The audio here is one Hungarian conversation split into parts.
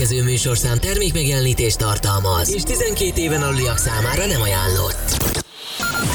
következő műsorszám termékmegjelenítést tartalmaz, és 12 éven aluliak számára nem ajánlott. 3,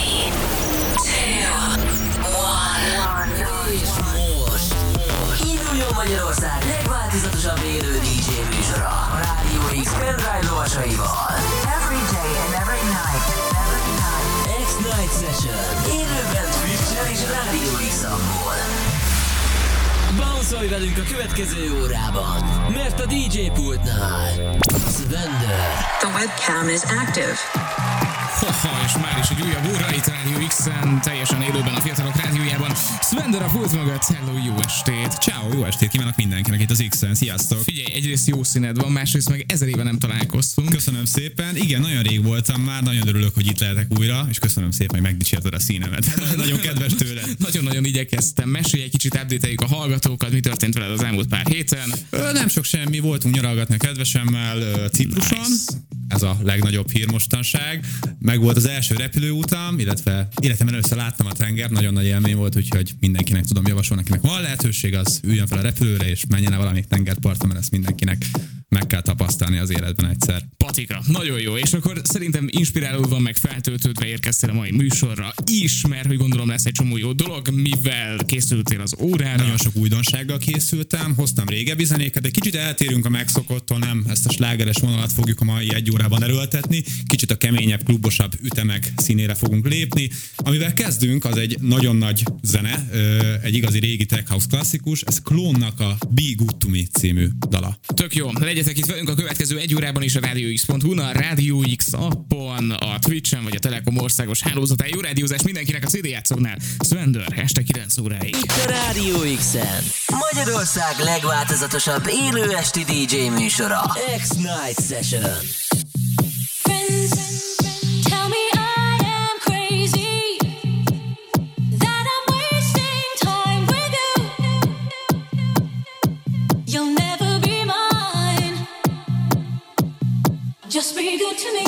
2, 1. És most induljon Magyarország legváltozatosabb élő DJ műsora a Rádió X pendrive lovasaival. Every day and every night. X-Night Session. Élőben Twitch-en és Rádió X-abból. Bounce-olj velünk a következő órában, mert a DJ pultnál Svender. The webcam is active. És már is egy újabb óra itt a Rádió X-en, teljesen élőben a Fiatalok Rádiójában. Svender a pult mögött, hello, jó estét! Ciao, jó estét kívánok mindenkinek itt az X-en, sziasztok! Figyelj, egyrészt jó színed van, másrészt meg 1000 éve nem találkoztunk. Köszönöm szépen, igen, nagyon rég voltam már, nagyon örülök, hogy itt lehetek újra, és köszönöm szépen, hogy megdicsérted a színemet. Nagyon kedves tőled. Nagyon-nagyon igyekeztem. Mesélj egy kicsit, update-eljük a hallgatókat, mi történt veled az elmúlt pár héten. Nem sok semmi, voltunk nyaralgatni a kedvesemmel Cipruson. Nice. Ez a legnagyobb hír mostanság. Meg volt az első repülőutam, illetve életemben először láttam a tenger, nagyon nagy élmény volt, úgyhogy mindenkinek tudom javasolni, akinek van lehetőség, az üljön fel a repülőre, és menjen el valamelyik tengerpartra, mert ezt mindenkinek meg kell tapasztalni az életben egyszer. Patika, nagyon jó, és akkor szerintem inspirálódva, meg feltöltődve érkeztél a mai műsorra is, mert hogy gondolom lesz egy csomó jó dolog, mivel készültél az órára. Nagyon sok újdonsággal készültem, hoztam régebbi zenéket, egy kicsit eltérünk a megszokottól, nem ezt a slágeres vonalat fogjuk a mai egy órában erőltetni, kicsit a keményebb, klubosabb ütemek színére fogunk lépni. Amivel kezdünk, az egy nagyon nagy zene, egy igazi régi tech house klasszikus, ez Klónnak a Be Good To Me című dala. Tök jó, legyetek itt velünk a következő egy órában is a RádioX.hu-n, a Rádió X appon, a Twitch-en vagy a Telekom országos hálózatán. Jó rádiózás mindenkinek a CD játszóknál. Svender, este 9 óráig. Itt a Rádió X-en Magyarország legváltozatosabb élő esti DJ műsora, X-Night Session. Tell me I am crazy, that I'm wasting time with you. You'll never be mine. Just be good to me.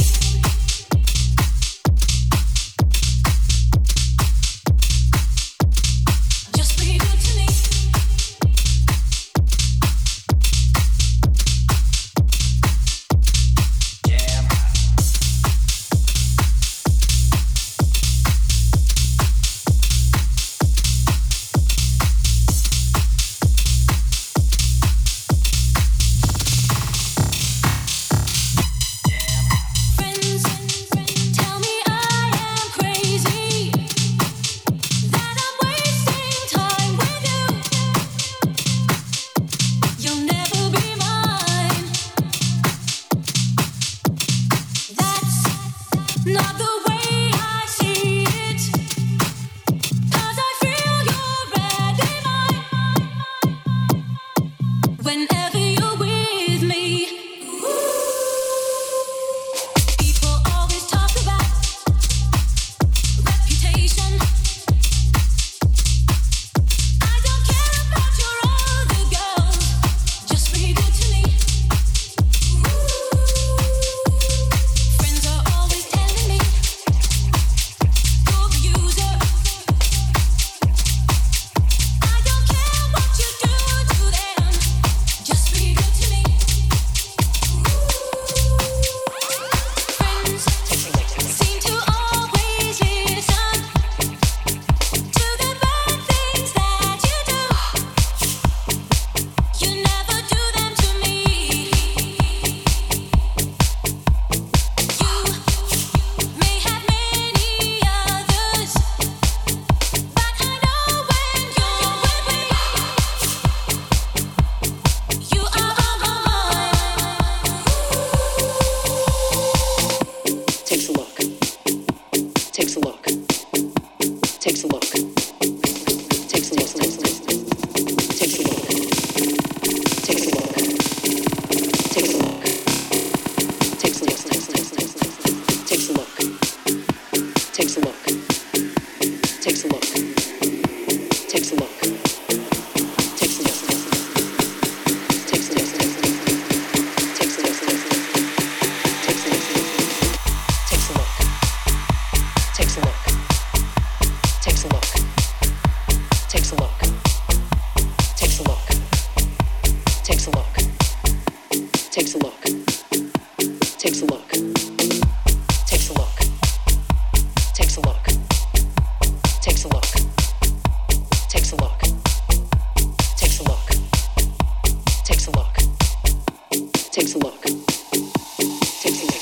takes a look, takes a look, takes a look, takes a look, takes a look, takes a look, takes a look, takes a look, takes a look, takes a look.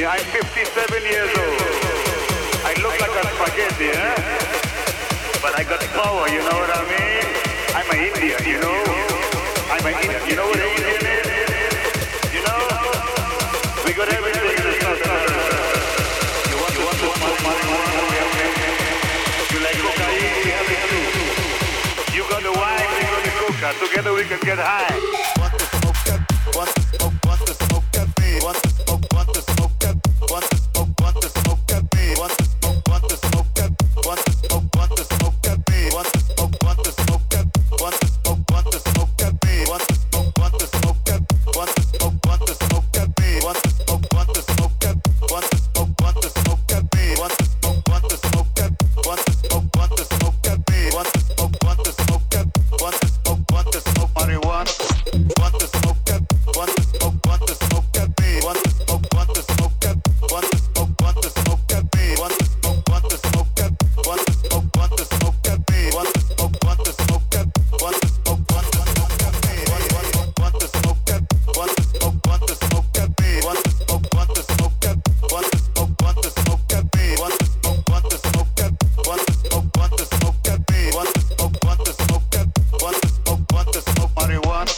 I'm 57 years old. I look like a spaghetti, eh? But I got power, you know what I mean? I'm an Indian, you know? I'm an Indian. You know what an Indian is? You know? We got everything in the South Africa. You want to smoke marijuana? We have it. You like cocaine? We have it too. You got the wine, we got the coca. Together we can get high. Want to smoke that? Want to smoke that weed? Want to smoke that? Want to smoke that weed? Want to smoke that? Want to smoke that weed? Want to smoke that? Want to smoke that weed? Want to smoke that? Want to smoke that weed? Want to smoke that? Want to smoke that weed? Want to smoke that? Want to smoke that weed? Want to smoke that? Want to smoke marijuana? Want to smoke that? Want to smoke that weed? Want to smoke that? Want to smoke that weed? Want to smoke that? Want to smoke that weed? Want to smoke that? Want to smoke that weed? Want to smoke that? Want to smoke that weed? Want to smoke that? Want to smoke that weed? Want to smoke that? Want to smoke that weed? Want to smoke that? Want to smoke marijuana?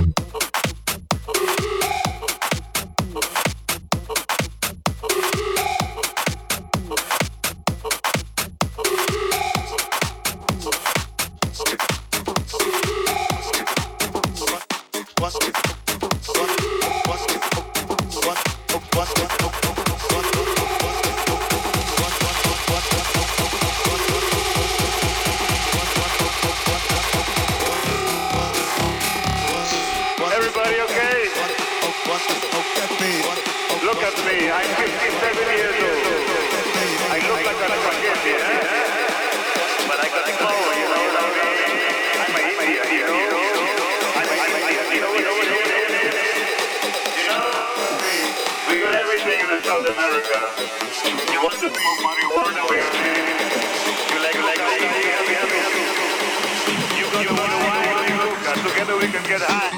Everybody okay? Look at me, I'm 57 years old. I look like a spaghetti, eh? But I got power, you know what I mean? I'm an Indian, you know? I'm an Indian, you know what it is? You know? We got everything in South America. You want to smoke marijuana? You like cocaine? You got the wine, we hookah. Together we can get high.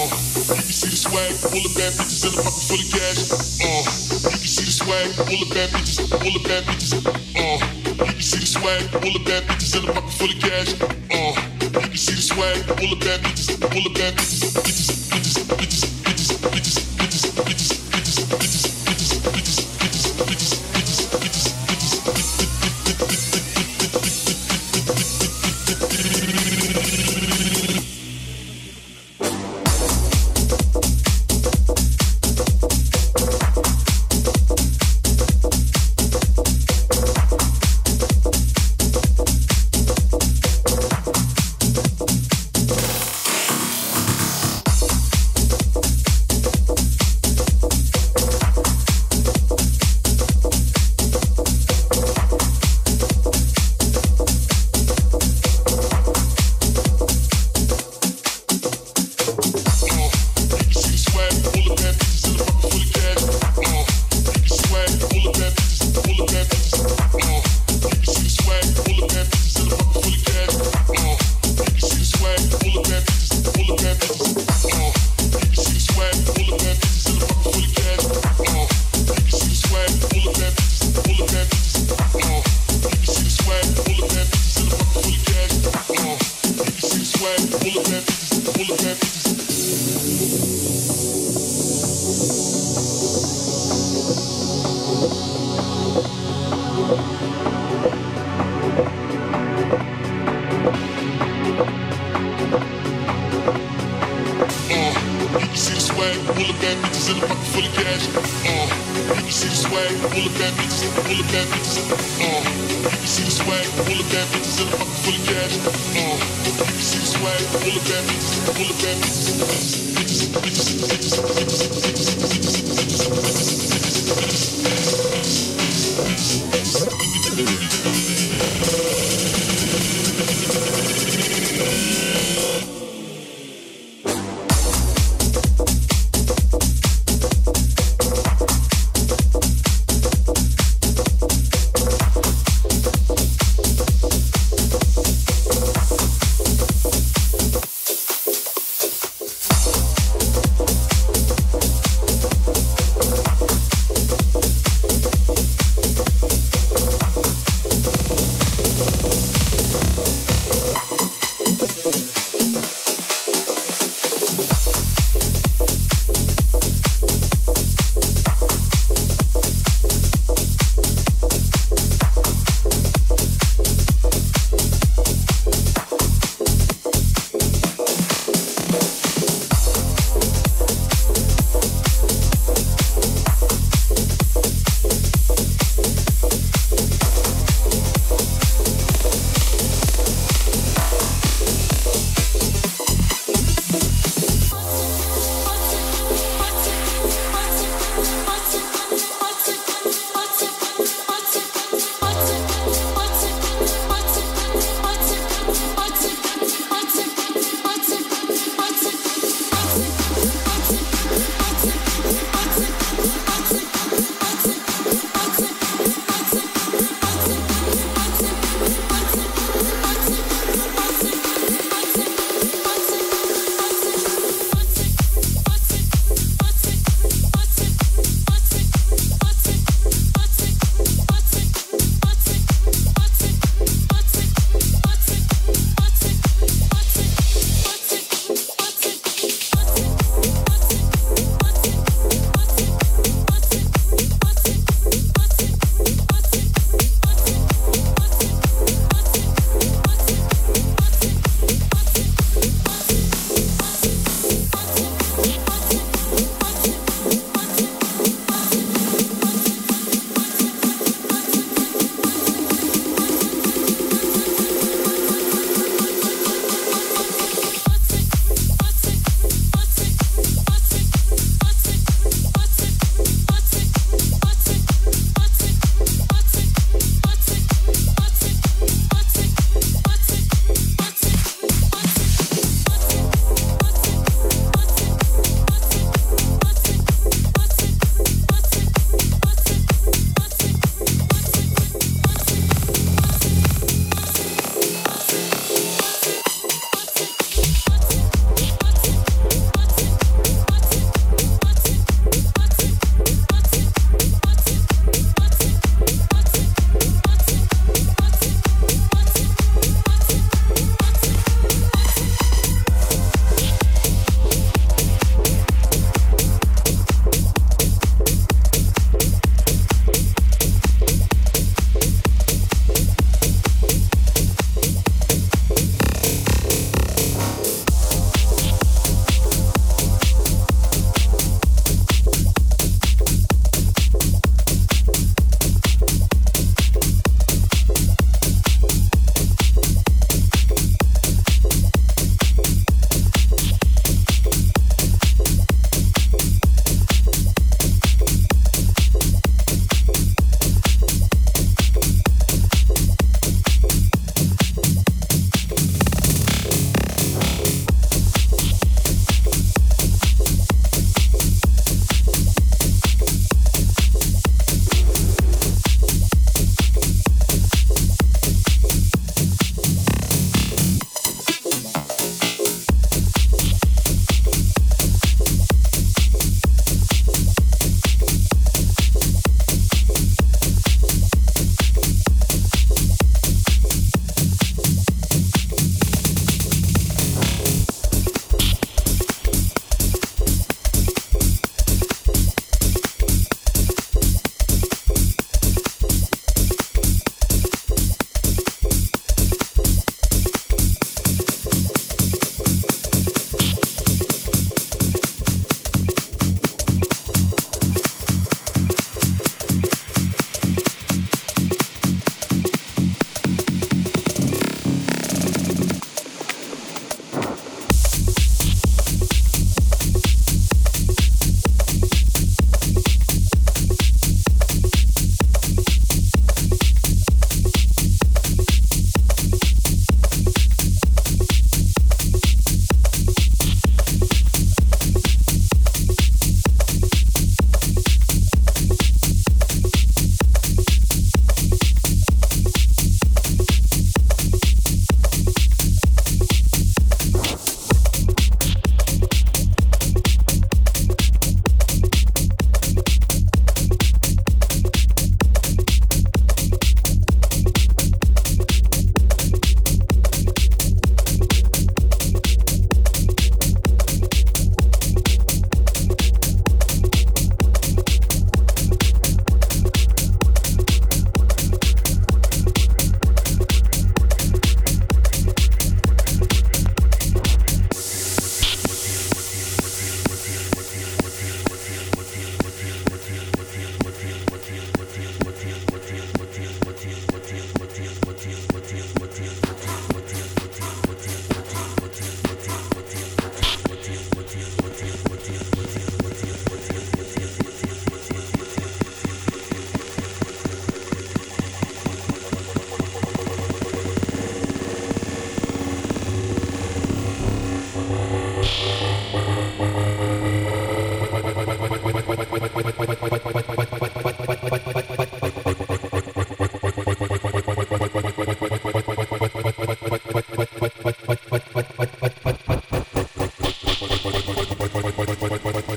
You can see the swag, full of bad bitches in a pocket full of cash. You can see the swag, full of bad bitches, full of bad bitches. You can see the swag, full of bad bitches in a pocket full of cash. You can see the swag, full of bad bitches, full of bad bitches, bitches, bitches, bitches, bitches, bitches, bitches, bitches, bitches, bitches, bitches, bitches, bitches, bitches,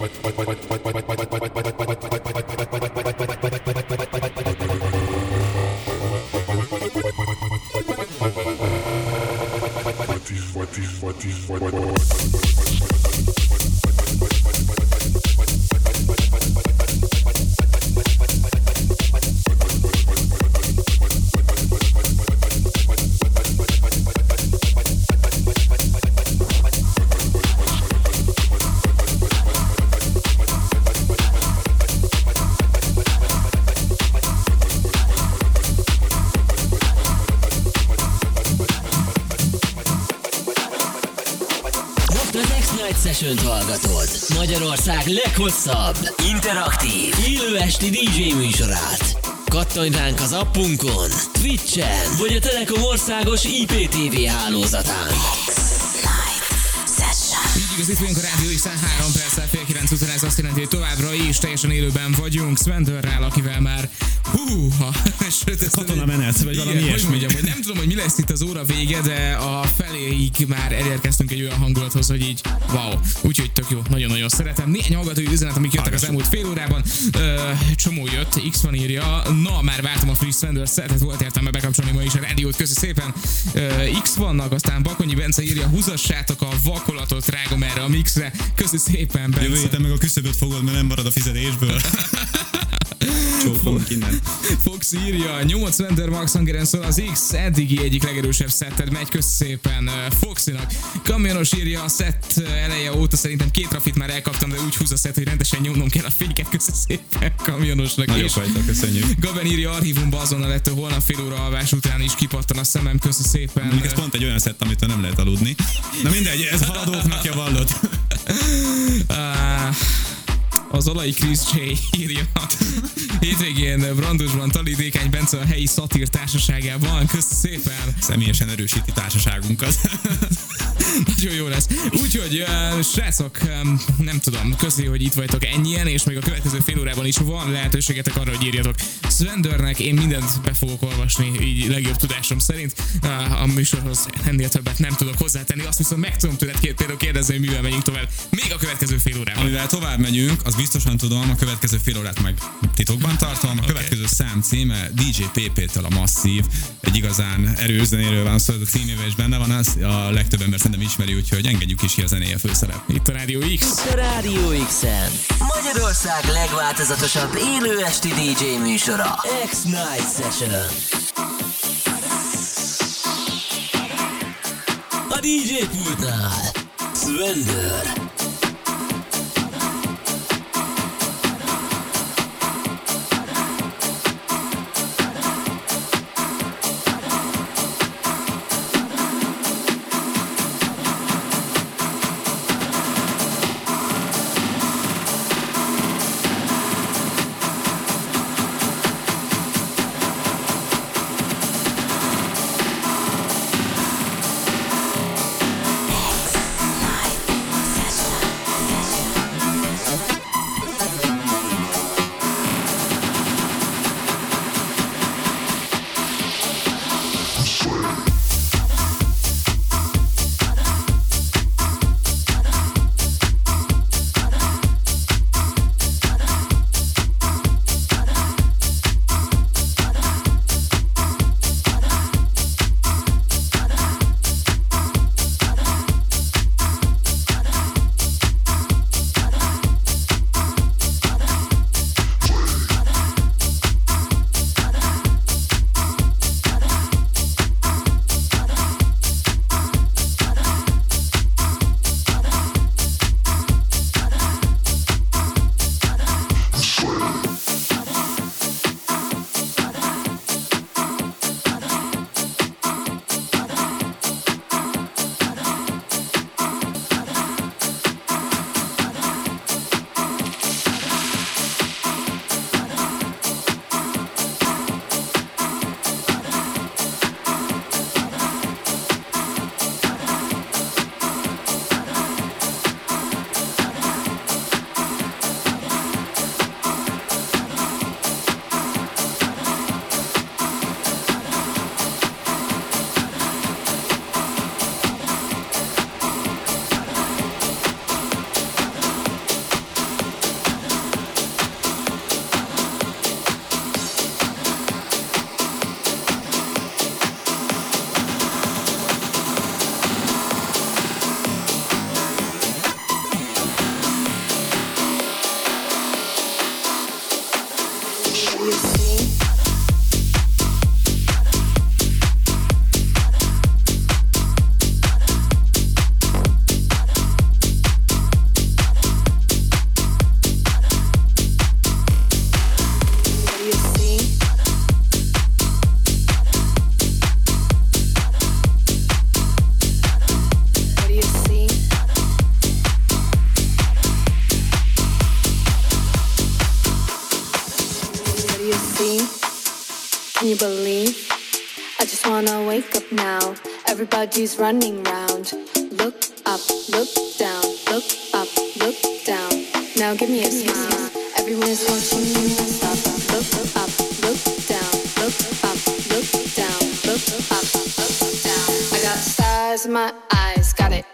Session-t hallgatod. Magyarország leghosszabb, interaktív, élő esti DJ műsorát. Kattanj ránk az appunkon, Twitchen, vagy a Telekom országos IPTV hálózatán. Így igaz, itt vagyunk a Rádió X-en 3 perccel fél 9 után, ez azt jelenti, hogy továbbra is teljesen élőben vagyunk Svendörrel, akivel már katona menet, vagy valami ilyesmi. Hogy mondjam, hogy nem tudom, hogy mi lesz itt az óra vége, de a feléig már elérkeztünk egy olyan hangulathoz, hogy így wow, úgyhogy tök jó, nagyon-nagyon szeretem. Néhány hallgatói üzenet, amik jöttek az elmúlt fél órában, csomó jött, X van írja, na már vártam a friss Svendör szeretet, volt értelme bekapcsolni ma is a rádiót, köszi szépen. X vannak, aztán Bakonyi Bence írja, húzassátok a vakolatot, rágom erre a mixre, köszi szépen, Bence. Jövő héten meg a küszöböt fogod, mert nem marad a fizetésből. Csókolunk innen. Fox írja, nyomott Svendör Max hangeren szól az X, eddigi egyik legerősebb szetted, megy, köszi szépen Foxinak. Kamionos írja, a szett eleje óta szerintem 2 rafit már elkaptam, de úgy húz a szett, hogy rendesen nyomnom kell a féket, köszi szépen Kamionosnak. Nagyon fajta, köszönjük. Gaben írja, archívumba azonnal lett, holnap fél óra alvás után is kipattan a szemem, köszi szépen. Mondjuk ez pont egy olyan szett, amitől nem lehet aludni. Na mindegy, ez a haladóknak javallott. Az Alai Chris J. írja, hétvégén Brandosban Tali Dékány Bence a helyi szatír társaságában, köszi szépen. Személyesen erősíti társaságunkat. Nagyon jó lesz. Úgyhogy srácok, nem tudom, köszi, hogy itt vagytok ennyien, és még a következő fél órában is van lehetőségetek arra, hogy írjatok Svendörnek, én mindent be fogok olvasni, így legjobb tudásom szerint. A műsorhoz ennél többet nem tudok hozzátenni, azt viszont meg tudom tőled például kérdezni, hogy mivel megyünk tovább még a következő fél órában. Amivel tovább megyünk, az biztosan tudom, a következő fél órát meg titokban tartom. A következő szám címe DJ PP-től a Masszív, egy igazán erős zenéről van szó, a címével is benne van, az a legtöbb ember szerintem ismeri, úgyhogy engedjük is ki a zenéje főszerep. Itt a Rádió X. Itt a Rádió X-en Magyarország legváltozatosabb élő esti DJ műsora, X-Night Session. A DJ pultnál Svendör. Session. Can you believe? I just wanna wake up now. Everybody's running round. Look up, look down, look up, look down. Now give me a smile. Everyone is watching you stop. Look up, look down, look up, look down, look up, look down. I got stars in my eyes, got it.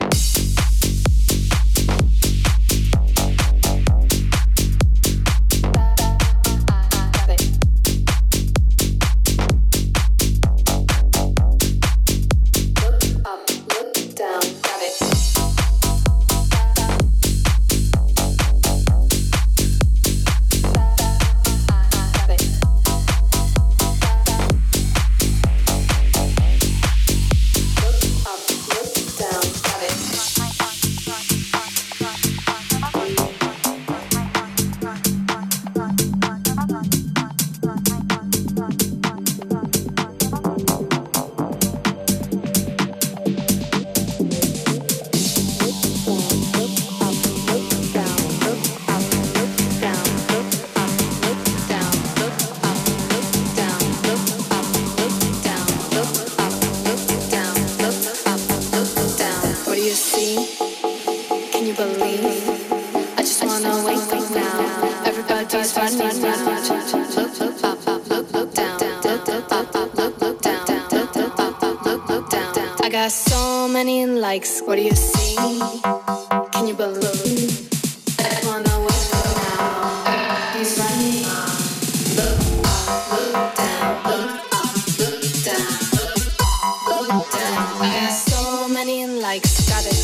Likes, what do you see? Can you believe? I just wanna wake up now. Everybody's running on. Look up, look down, look up, look down, look up, look down. I got so many likes, got it.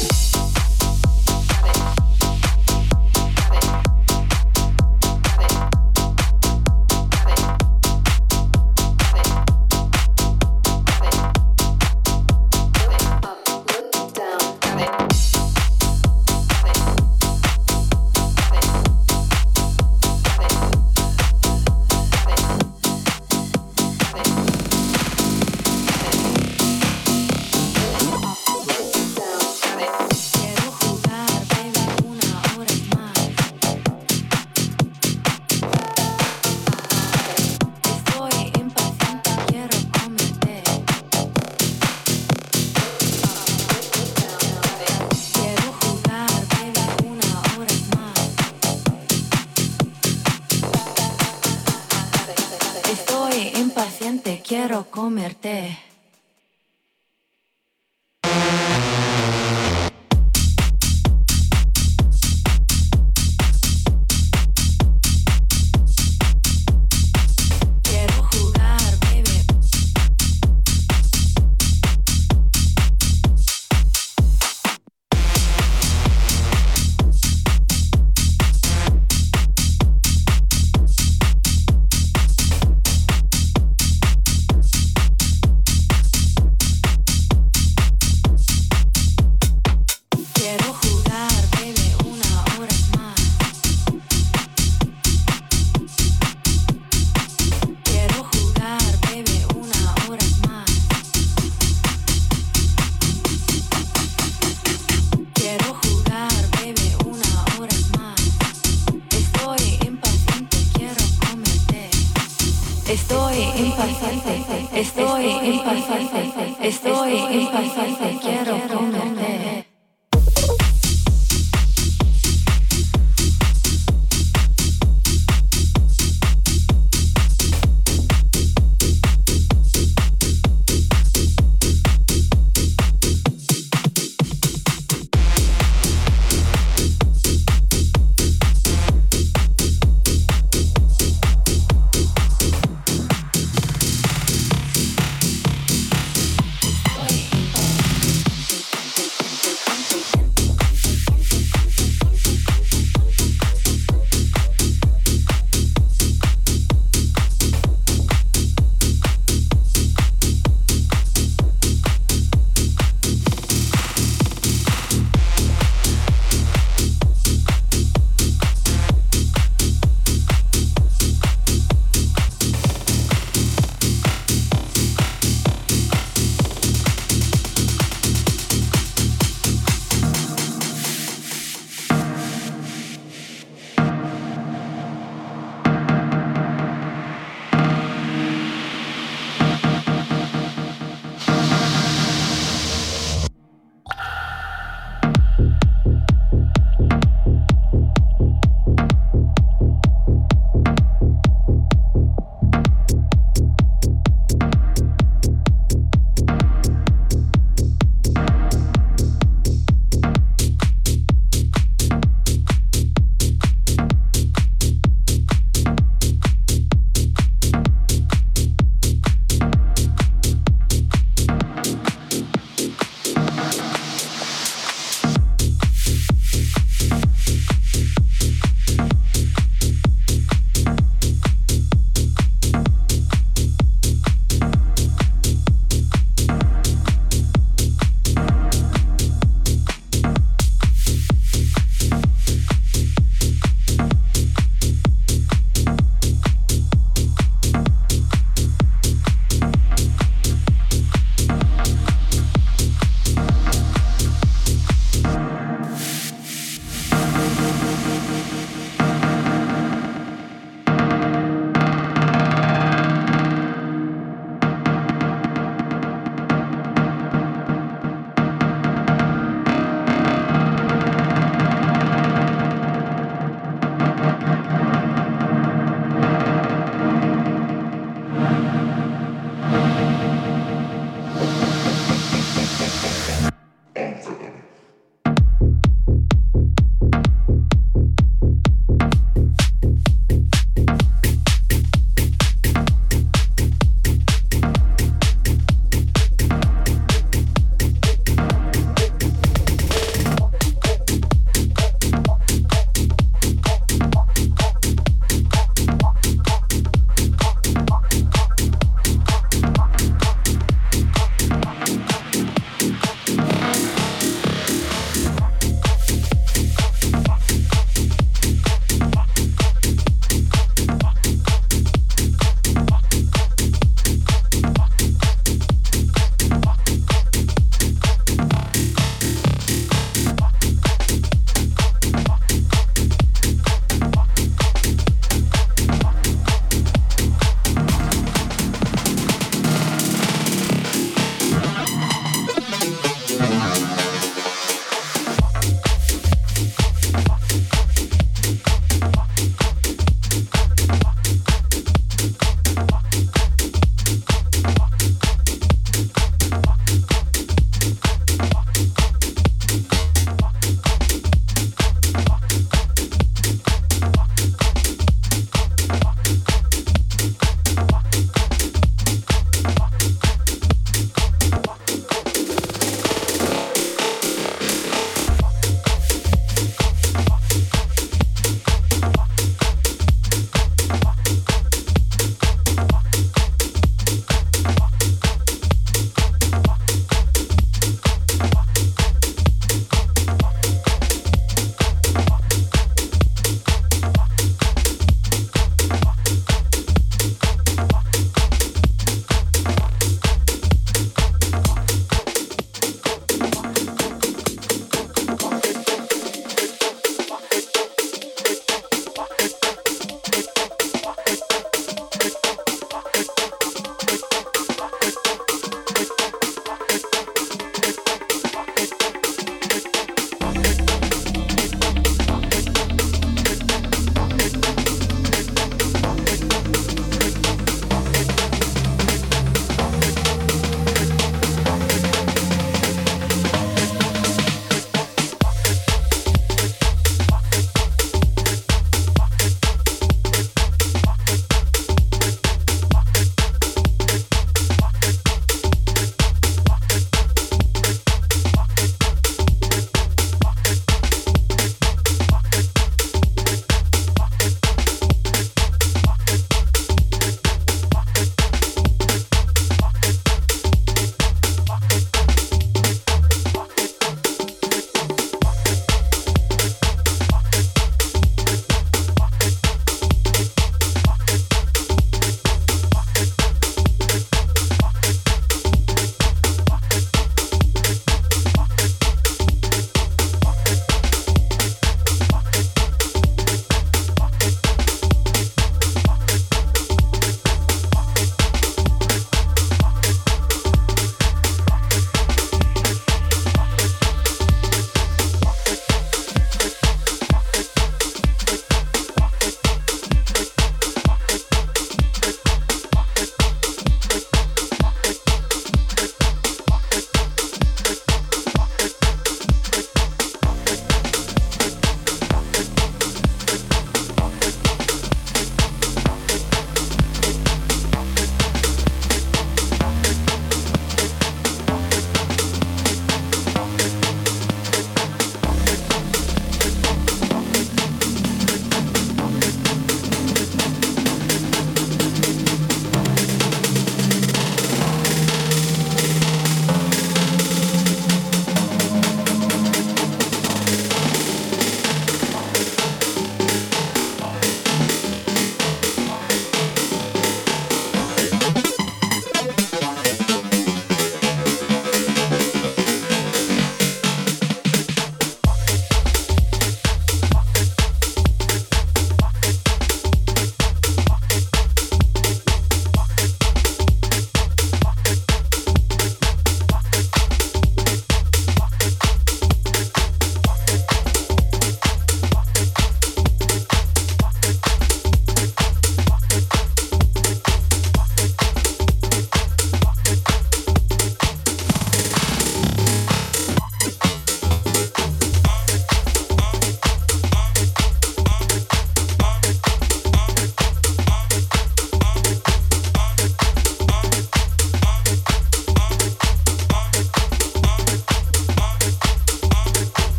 Quiero comerte. Estoy impaciente, quiero comerte.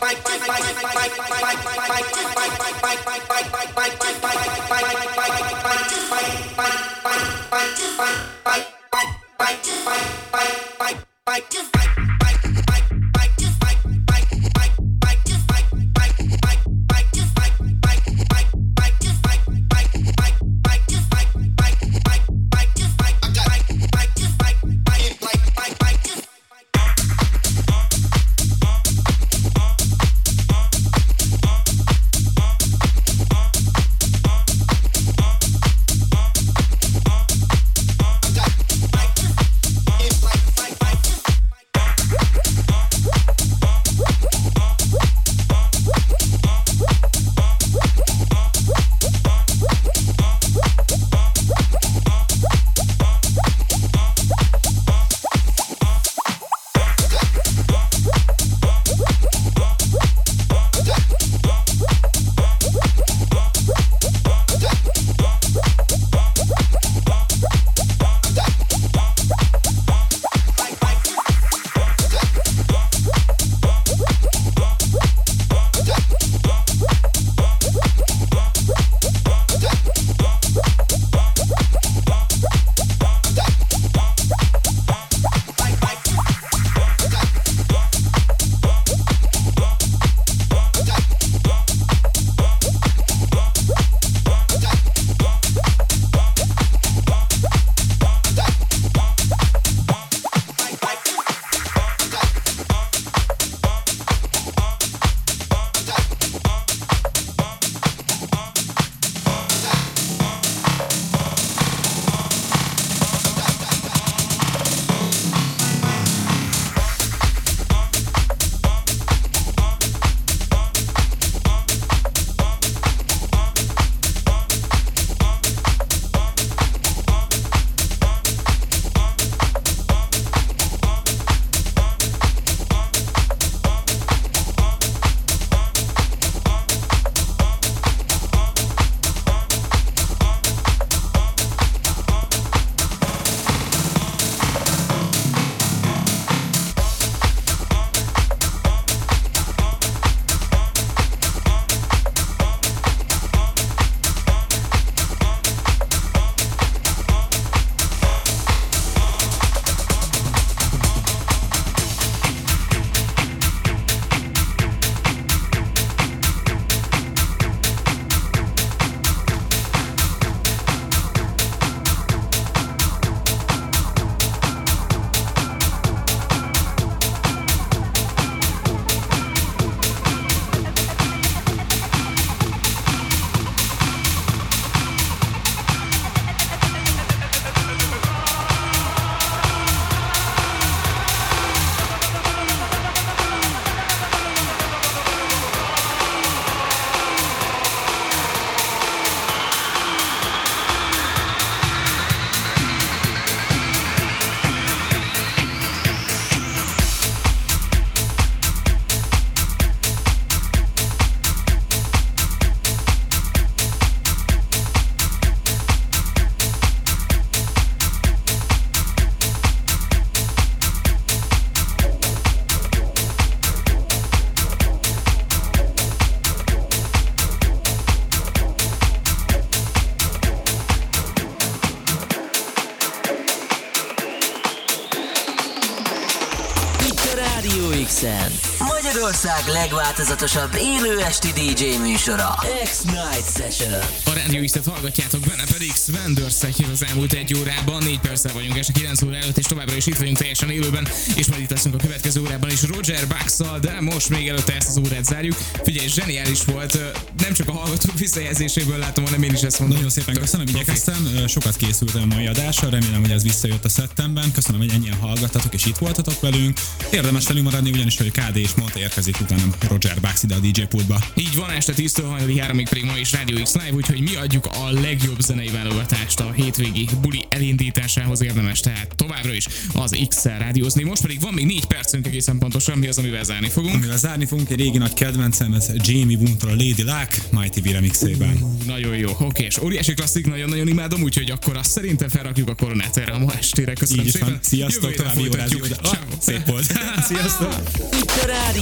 X-en. Magyarország legváltozatosabb élő esti DJ műsora. X-Night Session. A Rádió X-et hallgatjátok, benne pedig Sven Dörszek az elmúlt egy órában. 4 perccel vagyunk este 9 óra előtt, és továbbra is itt vagyunk teljesen élőben, és majd itt leszünk a következő órában is Roger Bucks-szal, de most még előtte ezt az órát zárjuk. Figyelj, zseniális volt, nem csak a hallgatók visszajelzéséből látom, hanem én is ezt mondom. Nagyon szépen köszönöm, igyekeztem, sokat készültem a mai adásra, remélem, hogy ez visszajött a szettemben. Köszönöm, hogy ennyien hallgattatok és itt voltatok velünk. Érdemes velünk maradni, ugyanis hogy KD és Monte érkezik utánam Roger Bucks ide a DJ pultba. Így van, este 10-től hajnali 3-ig pedig ma is Rádió X Live, úgyhogy mi adjuk a legjobb zenei válogatást a hétvégi buli elindításához, érdemes tehát továbbra is az X-szel rádiózni. Most pedig van még 4 percünk egészen pontosan, mi az, amivel zárni fogunk. Amivel zárni fogunk, egy régi nagy kedvencem, ez Jamie Woontól a Lady Luck, Mighty V remixében. Nagyon jó, oké, és óriási klasszik, nagyon-nagyon imádom, úgyhogy akkor azt szerintem felrakjuk a koronát erre a ma estére. Köszönöm így szépen. Van. Sziasztok, további órázó. Szép volt. Sziasztok. Itt a Rádió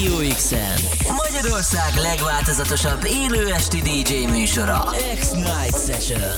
Radio X-en Magyarország legváltozatosabb élő esti DJ műsora, X-Night Session.